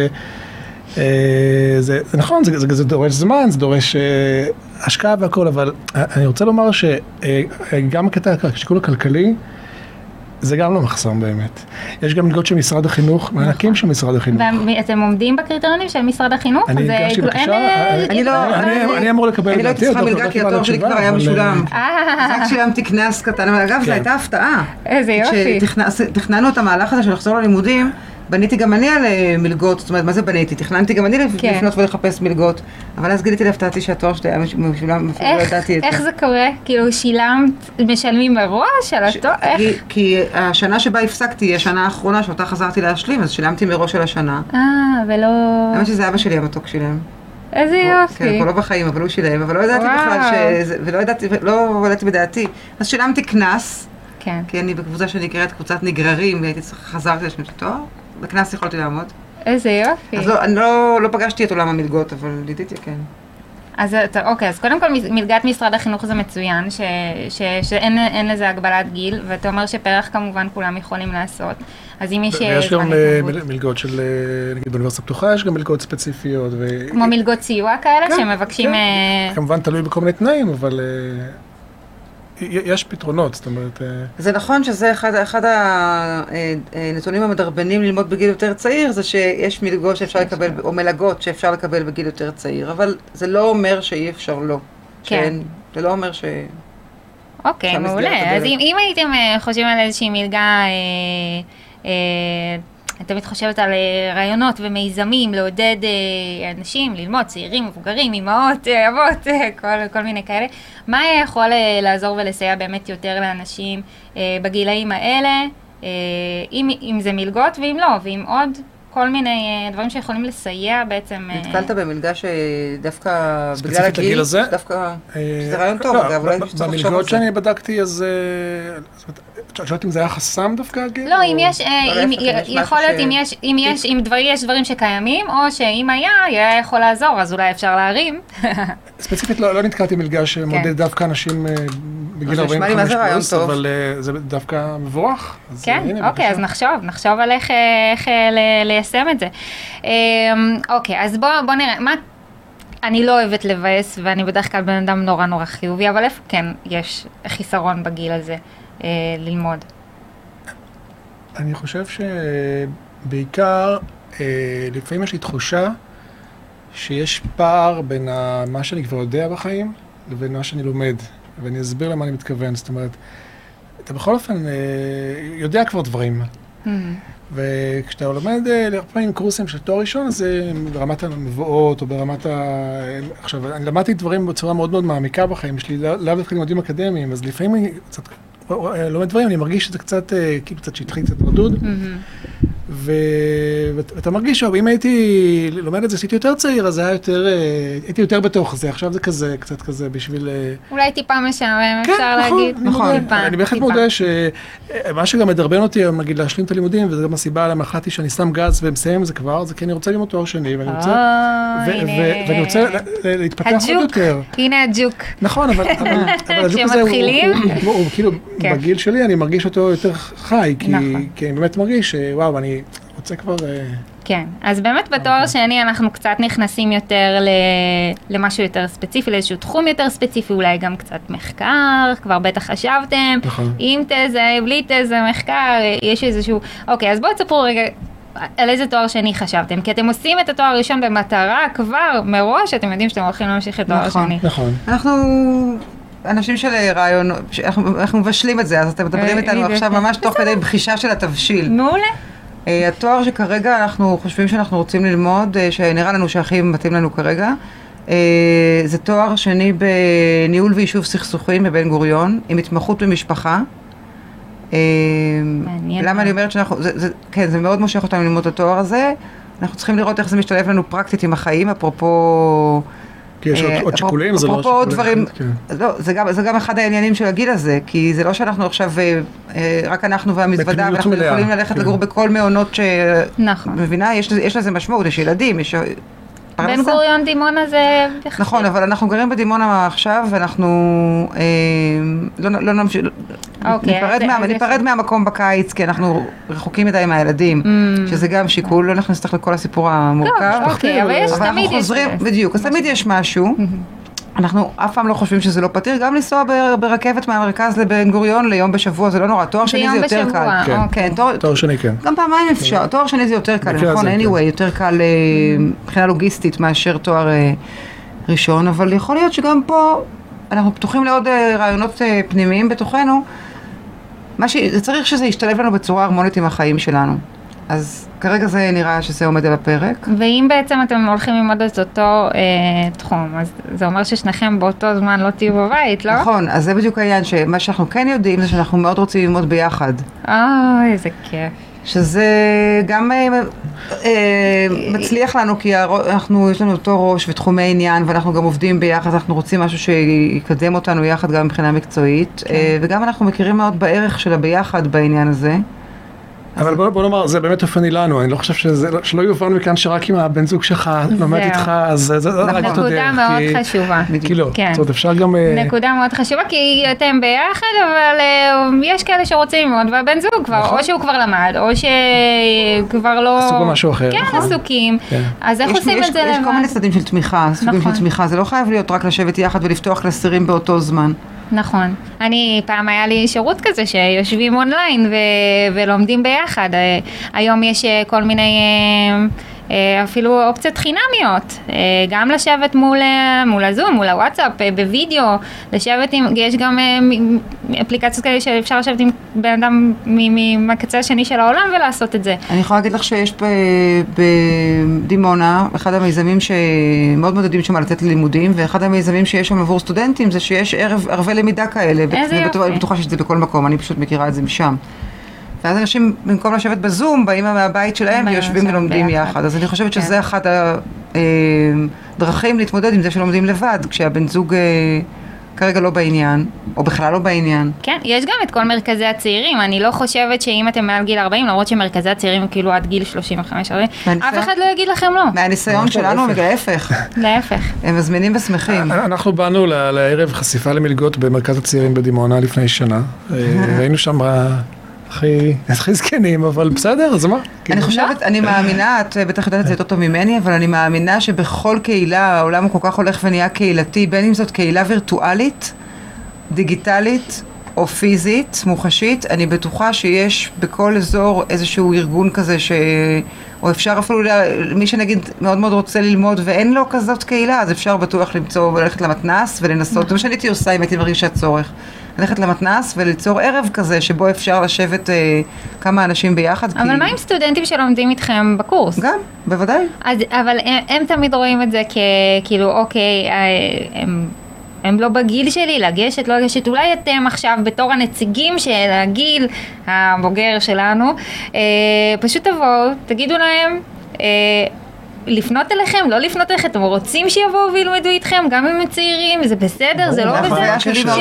וזה נכון, זה דורש זמן, זה דורש השקעה והכל, אבל אני רוצה לומר שגם הקטע השיקול הכלכלי, זה גם לא מחסום באמת. יש גם מלגות של משרד החינוך, מענקים של משרד החינוך. ואתם עומדים בקריטריונים של משרד החינוך? אני הגשתי בקשה, אני אמור לקבל אני לא הייתי צריכה מלגה, כי התואר שלי כבר היה משולם. רק שילמתי כנס קטן, אבל אגב, זו הייתה הפתעה. איזה יופי. כשתכננו את המהלך הזה של לחזור ללימודים, בניתי גם אני על מלגות, זאת אומרת, מה זה בניתי? תכננתי גם אני לפנות ולחפש מלגות, אבל אז גיליתי להפתעתי שהתואר שלי היה משולם, אפילו לא ידעתי את זה. איך זה קורה? כאילו שילמת, משלמים מראש על התואר? כי השנה שבה הפסקתי היא השנה האחרונה שאותה חזרתי להשלים, אז שילמתי מראש על השנה. אה, ולא... למה שזה אבא שלי המתוק שילם. איזה יופי. כן, הוא לא בחיים, אבל הוא שילם, אבל לא ידעתי בכלל ש... ולא ידעתי, לא ידעתי בדעתי. אז שילמתי כנס, כי אני בקבוצה שנקראת קבוצת נגררים, והייתי חזרתי להשלים את התואר. בכנס יכולתי לעמוד. איזה יופי. אז לא, אני לא, לא פגשתי את עולם המלגות, אבל לידיתי כן. אז אוקיי, אז קודם כל מלגת משרד החינוך זה מצוין, ש, ש, שאין אין לזה הגבלת גיל, ואתה אומר שפרח כמובן כולם יכולים לעשות. אז אם יש... ויש גם מלגות של, נגיד באוניברסיטה פתוחה, יש גם מלגות ספציפיות. ו... כמו מלגות סיוע כאלה, כן, שמבקשים... כן. כמובן תלוי בכל מיני תנאים, אבל... יש פתרונות, זאת אומרת... זה נכון שזה אחד, אחד הנתונים המדרבנים ללמוד בגיל יותר צעיר, זה שיש מלגות שאפשר לקבל, או מלגות שאפשר לקבל בגיל יותר צעיר, אבל זה לא אומר שאי אפשר לא. כן. זה לא אומר ש... אוקיי, מעולה. אז אם, אם הייתם חושבים על איזושהי מלגה... אה, אה, אני תמיד חושבת על רעיונות ומיזמים, לעודד אנשים, ללמוד, צעירים, מבוגרים, אמהות, אבות, כל, כל מיני כאלה. מה יכול לעזור ולסייע באמת יותר לאנשים בגילאים האלה, אם, אם זה מלגות ואם לא, ואם עוד כל מיני דברים שיכולים לסייע בעצם... נתקלת במלגה שדווקא בגלל הגיל, דווקא זה רעיון טוב, אגב, אולי שצריך לחשוב על זה. במלגות שאני בדקתי, אז... שואלת אם זה היה חסם דווקא הגיל? לא, אם יש, יכול להיות אם יש, אם יש, אם יש דברים שקיימים, או שאם היה, היה יכול לעזור, אז אולי אפשר להרים. ספציפית לא נתקלתי מלגה שמודד דווקא אנשים בגיל ארבעים וחמש פלוס, אבל זה דווקא מבורך. כן, אוקיי, אז נחשוב, נחשוב על איך ליישם את זה. אוקיי, אז בוא נראה, מה... אני לא אוהבת לבאס, ואני בדרך כלל בן אדם נורא נורא חיובי, אבל איפה כן יש חיסרון בגיל הזה? ללמוד. אני חושב שבעיקר, לפעמים יש לי תחושה שיש פער בין מה שאני כבר יודע בחיים לבין מה שאני לומד, ואני אסביר למה אני מתכוון. זאת אומרת, אתה בכל אופן יודע כבר דברים, וכשאתה לומד לפעמים קורסים של תואר ראשון, אז זה ברמת המבואות או ברמת ה... עכשיו, אני למדתי דברים בצורה מאוד מאוד מעמיקה בחיים, יש לי לאו דווקא לימודים אקדמיים, אז לפעמים אני קצת... לא מדברים, אני מרגיש שזה קצת, כאילו קצת שטחי, קצת רדוד, ואתה מרגיש שאם הייתי לומד את זה, הייתי יותר צעיר, אז היה יותר, הייתי יותר בתוך זה, עכשיו זה כזה, קצת כזה בשביל... אולי טיפה משעמם, אפשר להגיד. נכון, אני בהחלט מודה שמה שגם מדרבן אותי, נגיד, להשלים את הלימודים, וזה גם הסיבה למה החלטתי שאני שם גז ומסיים זה כבר, זה כי אני רוצה ללמוד תואר שני, ואני רוצה להתפתח עוד יותר. הנה הג'וק. נכון, אבל הג'וק הזה הוא כאילו, בגיל שלי אני מרגיש אותו יותר חי, כי אני באמת מרגיש שוואו, אני רוצה כבר... כן, אז באמת בתואר שני אנחנו קצת נכנסים יותר למשהו יותר ספציפי, לאיזשהו תחום יותר ספציפי, אולי גם קצת מחקר, כבר בטח חשבתם, עם תזה, בלי תזה, מחקר, יש איזשהו... אוקיי, אז בואו תספרו רגע על איזה תואר שני חשבתם, כי אתם עושים את התואר הראשון במטרה כבר מראש, אתם יודעים שאתם הולכים להמשיך את תואר שני. נכון. אנחנו... אנשים של רעיון, אנחנו מבשלים את זה, אז אתם מדברים איתנו עכשיו ממש תוך כדי בחישה של התבשיל. מעולה. התואר שכרגע אנחנו חושבים שאנחנו רוצים ללמוד, שנראה לנו שהכי מתאים לנו כרגע, זה תואר שני בניהול ויישוב סכסוכים בבן גוריון, עם התמחות במשפחה. למה אני אומרת שאנחנו, כן, זה מאוד מושך אותנו ללמוד את התואר הזה, אנחנו צריכים לראות איך זה משתלב לנו פרקטית עם החיים, אפרופו... כי יש עוד שיקולים, זה לא שיקולים. דברים, לא, זה גם, זה גם אחד העניינים של הגיל הזה, כי זה לא שאנחנו עכשיו, רק אנחנו והמזוודה, ואנחנו יכולים ללכת לגור בכל מעונות ש... נכון. מבינה? יש לזה משמעות, יש ילדים, יש... בן גוריון דימונה זה... נכון, אבל אנחנו גרים בדימונה עכשיו, ואנחנו לא נמשיך... ניפרד מהמקום בקיץ, כי אנחנו רחוקים מדי מהילדים, שזה גם שיקול, לא נכנס לך לכל הסיפור המורכב. אוקיי, אבל יש תמיד יש... בדיוק, אז תמיד יש משהו. אנחנו אף פעם לא חושבים שזה לא פתיר, גם לנסוע ברכבת מהמרכז לבן גוריון ליום בשבוע, זה לא נורא, תואר שני זה יותר קל. כן, תואר שני כן. גם פעמיים אפשר, תואר שני זה יותר קל, נכון, anyway, יותר קל מבחינה לוגיסטית מאשר תואר ראשון, אבל יכול להיות שגם פה אנחנו פתוחים לעוד רעיונות פנימיים בתוכנו, זה צריך שזה ישתלב לנו בצורה הרמונית עם החיים שלנו. אז כרגע זה נראה שזה עומד על הפרק. ואם בעצם אתם הולכים ללמוד את אותו אה, תחום, אז זה אומר ששניכם באותו זמן לא תהיו בבית, לא? נכון, אז זה בדיוק העניין, שמה שאנחנו כן יודעים זה שאנחנו מאוד רוצים ללמוד ביחד. אוי, איזה כיף. שזה גם אה, אה, מצליח לנו, כי אנחנו, יש לנו אותו ראש ותחומי עניין, ואנחנו גם עובדים ביחד, אנחנו רוצים משהו שיקדם אותנו יחד גם מבחינה מקצועית, כן. אה, וגם אנחנו מכירים מאוד בערך של הביחד בעניין הזה. אבל בוא, בוא נאמר, זה באמת אופני לנו, אני לא חושב שזה, שלא יובן מכאן שרק אם הבן זוג שלך לומד איתך, אז זה רק את הדרך. נקודה מאוד חשובה. כי לא, זאת אומרת, אפשר גם... נקודה מאוד חשובה, כי אתם ביחד, אבל יש כאלה שרוצים ללמוד, והבן זוג כבר, או שהוא כבר למד, או שכבר לא... עסוק במשהו אחר. כן, עסוקים. אז איך עושים את זה לבד? יש כל מיני צדדים של תמיכה, סוגים של תמיכה, זה לא חייב להיות רק לשבת יחד ולפתוח קלסרים באותו זמן. נכון. אני, פעם היה לי שירות כזה שיושבים אונליין ו- ולומדים ביחד. היום יש כל מיני, אפילו אופציות חינמיות. גם לשבת מול, מול הזום, מול הוואטסאפ, בווידאו, לשבת עם, יש גם אפליקציות כאלה שאפשר לשבת עם בן אדם מהקצה השני של העולם ולעשות את זה. אני יכולה להגיד לך שיש בדימונה, אחד המיזמים שמאוד מודדים שם לתת לימודים, ואחד המיזמים שיש שם עבור סטודנטים זה שיש ערב, ערבי למידה כאלה. איזה יופי. אני בטוחה שזה בכל מקום, אני פשוט מכירה את זה משם. ואז אנשים, במקום לשבת בזום, באים מהבית שלהם ויושבים ולומדים יחד. אז אני חושבת שזה אחד הדרכים להתמודד עם זה שלומדים לבד, כשהבן זוג כרגע לא בעניין, או בכלל לא בעניין. כן, יש גם את כל מרכזי הצעירים. אני לא חושבת שאם אתם מעל גיל ארבעים, למרות שמרכזי הצעירים הם כאילו עד גיל שלושים וחמש, אף אחד לא יגיד לכם לא. מהניסיון שלנו, להפך. להפך. הם מזמינים ושמחים. אנחנו באנו לערב חשיפה למלגות במרכז הצעירים בדימונה לפני שנה. ראינו שם הכי זקנים, אבל בסדר, אז מה? אני חושבת, אני מאמינה, את בטח יודעת את זה יותר טוב ממני, אבל אני מאמינה שבכל קהילה, העולם הוא כל כך הולך ונהיה קהילתי, בין אם זאת קהילה וירטואלית, דיגיטלית או פיזית, מוחשית, אני בטוחה שיש בכל אזור איזשהו ארגון כזה ש... או אפשר אפילו, מי שנגיד מאוד מאוד רוצה ללמוד ואין לו כזאת קהילה, אז אפשר בטוח למצוא וללכת למתנ"ס ולנסות, זה מה שאני הייתי עושה אם הייתי מרגישה צורך. ללכת למתנ"ס וליצור ערב כזה שבו אפשר לשבת אה, כמה אנשים ביחד. אבל כי... מה עם סטודנטים שלומדים איתכם בקורס? גם, בוודאי. אז, אבל הם, הם תמיד רואים את זה ככאילו, אוקיי, הם הם לא בגיל שלי, לגשת, לא לגשת, אולי אתם עכשיו בתור הנציגים של הגיל הבוגר שלנו, אה, פשוט תבואו, תגידו להם, אה, לפנות אליכם, לא לפנות אליכם, אתם רוצים שיבואו וילמדו איתכם, גם אם הם צעירים, זה בסדר, זה לא בסדר.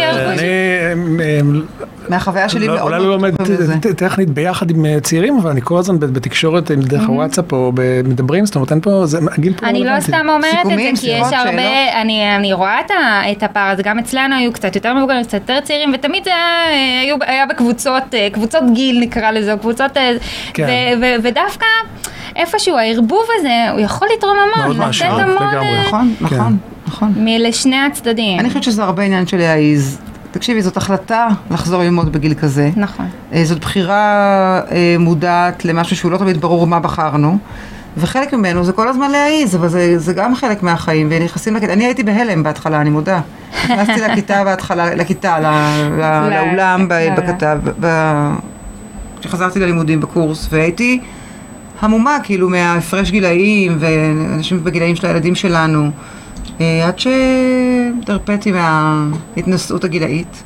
מהחוויה שלי מאוד אולי לא לומד טכנית ביחד עם צעירים, אבל אני כל הזמן בתקשורת דרך הוואטסאפ או מדברים, זאת אומרת, אין פה, הגיל פה אני לא סתם אומרת את זה, כי יש הרבה, אני רואה את הפער הזה, גם אצלנו היו קצת יותר מבוגרים, קצת יותר צעירים, ותמיד זה היה בקבוצות, קבוצות גיל נקרא לזה, קבוצות, ודווקא איפשהו, הערבוב הזה, הוא יכול לתרום המון, לתת המון, נכון, נכון, נכון. מלשני הצדדים. אני חושבת שזה הרבה עניין של להעיז. תקשיבי, זאת החלטה לחזור ללמוד בגיל כזה. נכון. זאת בחירה מודעת למשהו שהוא לא תמיד ברור מה בחרנו, וחלק ממנו זה כל הזמן להעיז, אבל זה, זה גם חלק מהחיים, ונכנסים לכיתה, אני הייתי בהלם בהתחלה, אני מודה. נכנסתי לכיתה בהתחלה, לכיתה, לאולם, בכתב, כשחזרתי ללימודים בקורס, והייתי המומה, כאילו, מההפרש גילאים, ואנשים בגילאים של הילדים שלנו, עד שתרפאתי מההתנסות הגילאית,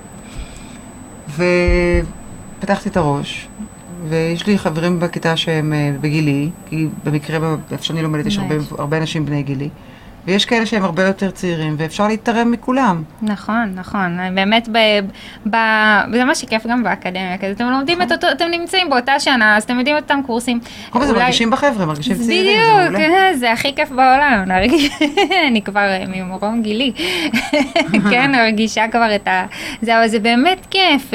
ופתחתי את הראש, ויש לי חברים בכיתה שהם בגילי, כי במקרה, איפה שאני לומדת, יש הרבה, הרבה אנשים בני גילי, ויש כאלה שהם הרבה יותר צעירים, ואפשר להתערם מכולם. נכון, נכון. באמת, וזה מה שכיף גם באקדמיה, כי אתם לומדים את אותו, אתם נמצאים באותה שנה, אז אתם יודעים את אותם קורסים. אבל זה מרגישים בחבר'ה, מרגישים צעירים, זה מעולה. בדיוק, זה הכי כיף בעולם. אני כבר ממרום גילי. כן, הרגישה כבר את ה... זהו, זה באמת כיף.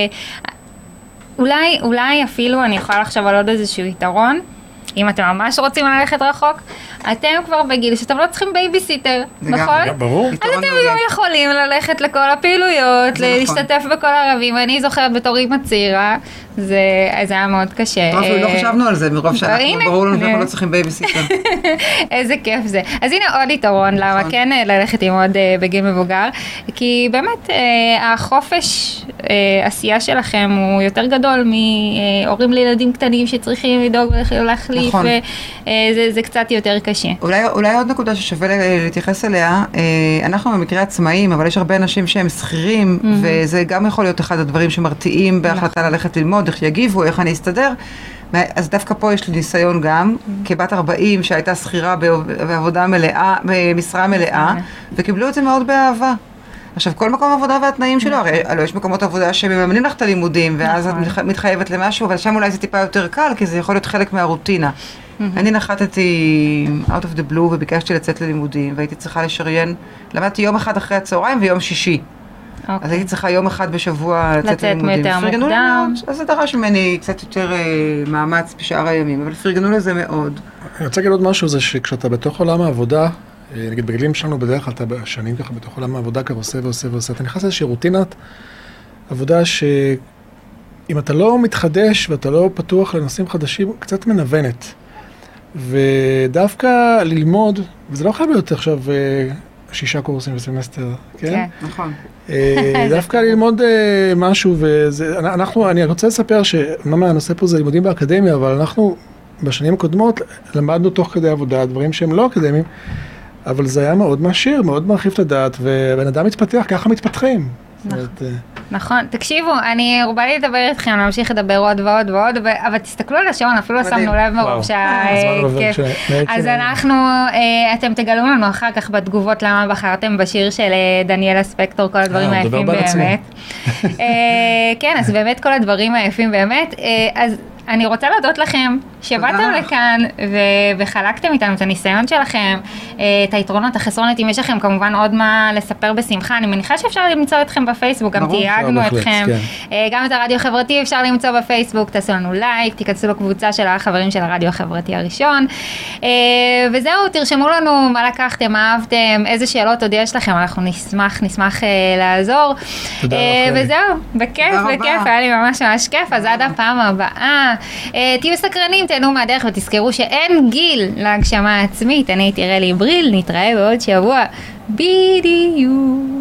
אולי, אולי אפילו אני יכולה לחשוב על עוד איזשהו יתרון, אם אתם ממש רוצים ללכת רחוק, אתם כבר בגיל שאתם לא צריכים בייביסיטר, נכון? ברור. אז אתם גם יכולים ללכת לכל הפעילויות, להשתתף בכל הערבים. אני זוכרת בתור אימא צעירה, זה היה מאוד קשה. טוב, לא חשבנו על זה, מרוב שאנחנו ברור לנו שאנחנו לא צריכים בייביסיטר. איזה כיף זה. אז הנה עוד יתרון, למה כן ללכת ללמוד בגיל מבוגר, כי באמת החופש עשייה שלכם הוא יותר גדול מהורים לילדים קטנים שצריכים לדאוג ולהחליף, וזה קצת יותר קשה. אולי עוד נקודה ששווה להתייחס אליה, אנחנו במקרה עצמאים, אבל יש הרבה אנשים שהם שכירים, וזה גם יכול להיות אחד הדברים שמרתיעים בהחלטה ללכת ללמוד, איך יגיבו, איך אני אסתדר. אז דווקא פה יש לי ניסיון גם, כבת ארבעים שהייתה שכירה בעבודה מלאה, במשרה מלאה, וקיבלו את זה מאוד באהבה. עכשיו, כל מקום עבודה והתנאים שלו, הרי יש מקומות עבודה שמממנים לך את הלימודים, ואז את מתחייבת למשהו, אבל שם אולי זה טיפה יותר קל, כי זה יכול להיות חלק מהרוטינה. אני נחתתי out of the blue וביקשתי לצאת ללימודים, והייתי צריכה לשריין, למדתי יום אחד אחרי הצהריים ויום שישי. אז הייתי צריכה יום אחד בשבוע לצאת ללימודים. לצאת יותר מוקדם. אז זה דרש ממני קצת יותר מאמץ בשאר הימים, אבל פרגנו לזה מאוד. אני רוצה להגיד עוד משהו, זה שכשאתה בתוך עולם העבודה, נגיד בגילים שלנו בדרך כלל, אתה בשנים ככה בתוך עולם העבודה כבר עושה ועושה ועושה, אתה נכנס לאיזושהי רוטינת עבודה שאם אתה לא מתחדש ואתה לא פתוח לנושאים חדשים, קצת מנוונת. ודווקא ללמוד, וזה לא חייב להיות עכשיו שישה קורסים בסמסטר, כן? כן, נכון. דווקא ללמוד משהו, ואנחנו, אני רוצה לספר שאומנם הנושא פה זה לימודים באקדמיה, אבל אנחנו בשנים הקודמות למדנו תוך כדי עבודה, דברים שהם לא אקדמיים, אבל זה היה מאוד מעשיר, מאוד מרחיב את הדעת, ובן אדם מתפתח, ככה מתפתחים. נכון, תקשיבו, אני בא לי לדבר איתכם, להמשיך לדבר עוד ועוד ועוד, אבל תסתכלו על השעון, אפילו שמנו לב מרוב שהכיף. אז אנחנו, אתם תגלו לנו אחר כך בתגובות למה בחרתם בשיר של דניאלה ספקטור, כל הדברים היפים באמת. כן, אז באמת כל הדברים היפים באמת, אז אני רוצה להודות לכם שבאתם לכאן וחלקתם איתנו את הניסיון שלכם, את היתרונות, החסרונות, אם יש לכם כמובן עוד מה לספר בשמחה, אני מניחה שאפשר למצוא אתכם בפייסבוק, גם תייגנו אתכם, גם את הרדיו החברתי אפשר למצוא בפייסבוק, תעשו לנו לייק, תיכנסו לקבוצה של החברים של הרדיו החברתי הראשון, וזהו, תרשמו לנו מה לקחתם, מה אהבתם, איזה שאלות עוד יש לכם, אנחנו נשמח, נשמח לעזור, וזהו, בכיף, בכיף, היה לי ממש ממש כיף, אז עד הפעם הבאה, תהיו סקרנים, תהנו מהדרך ותזכרו שאין גיל להגשמה עצמית. אני הייתי רלי בריל, נתראה בעוד שבוע בדיוק.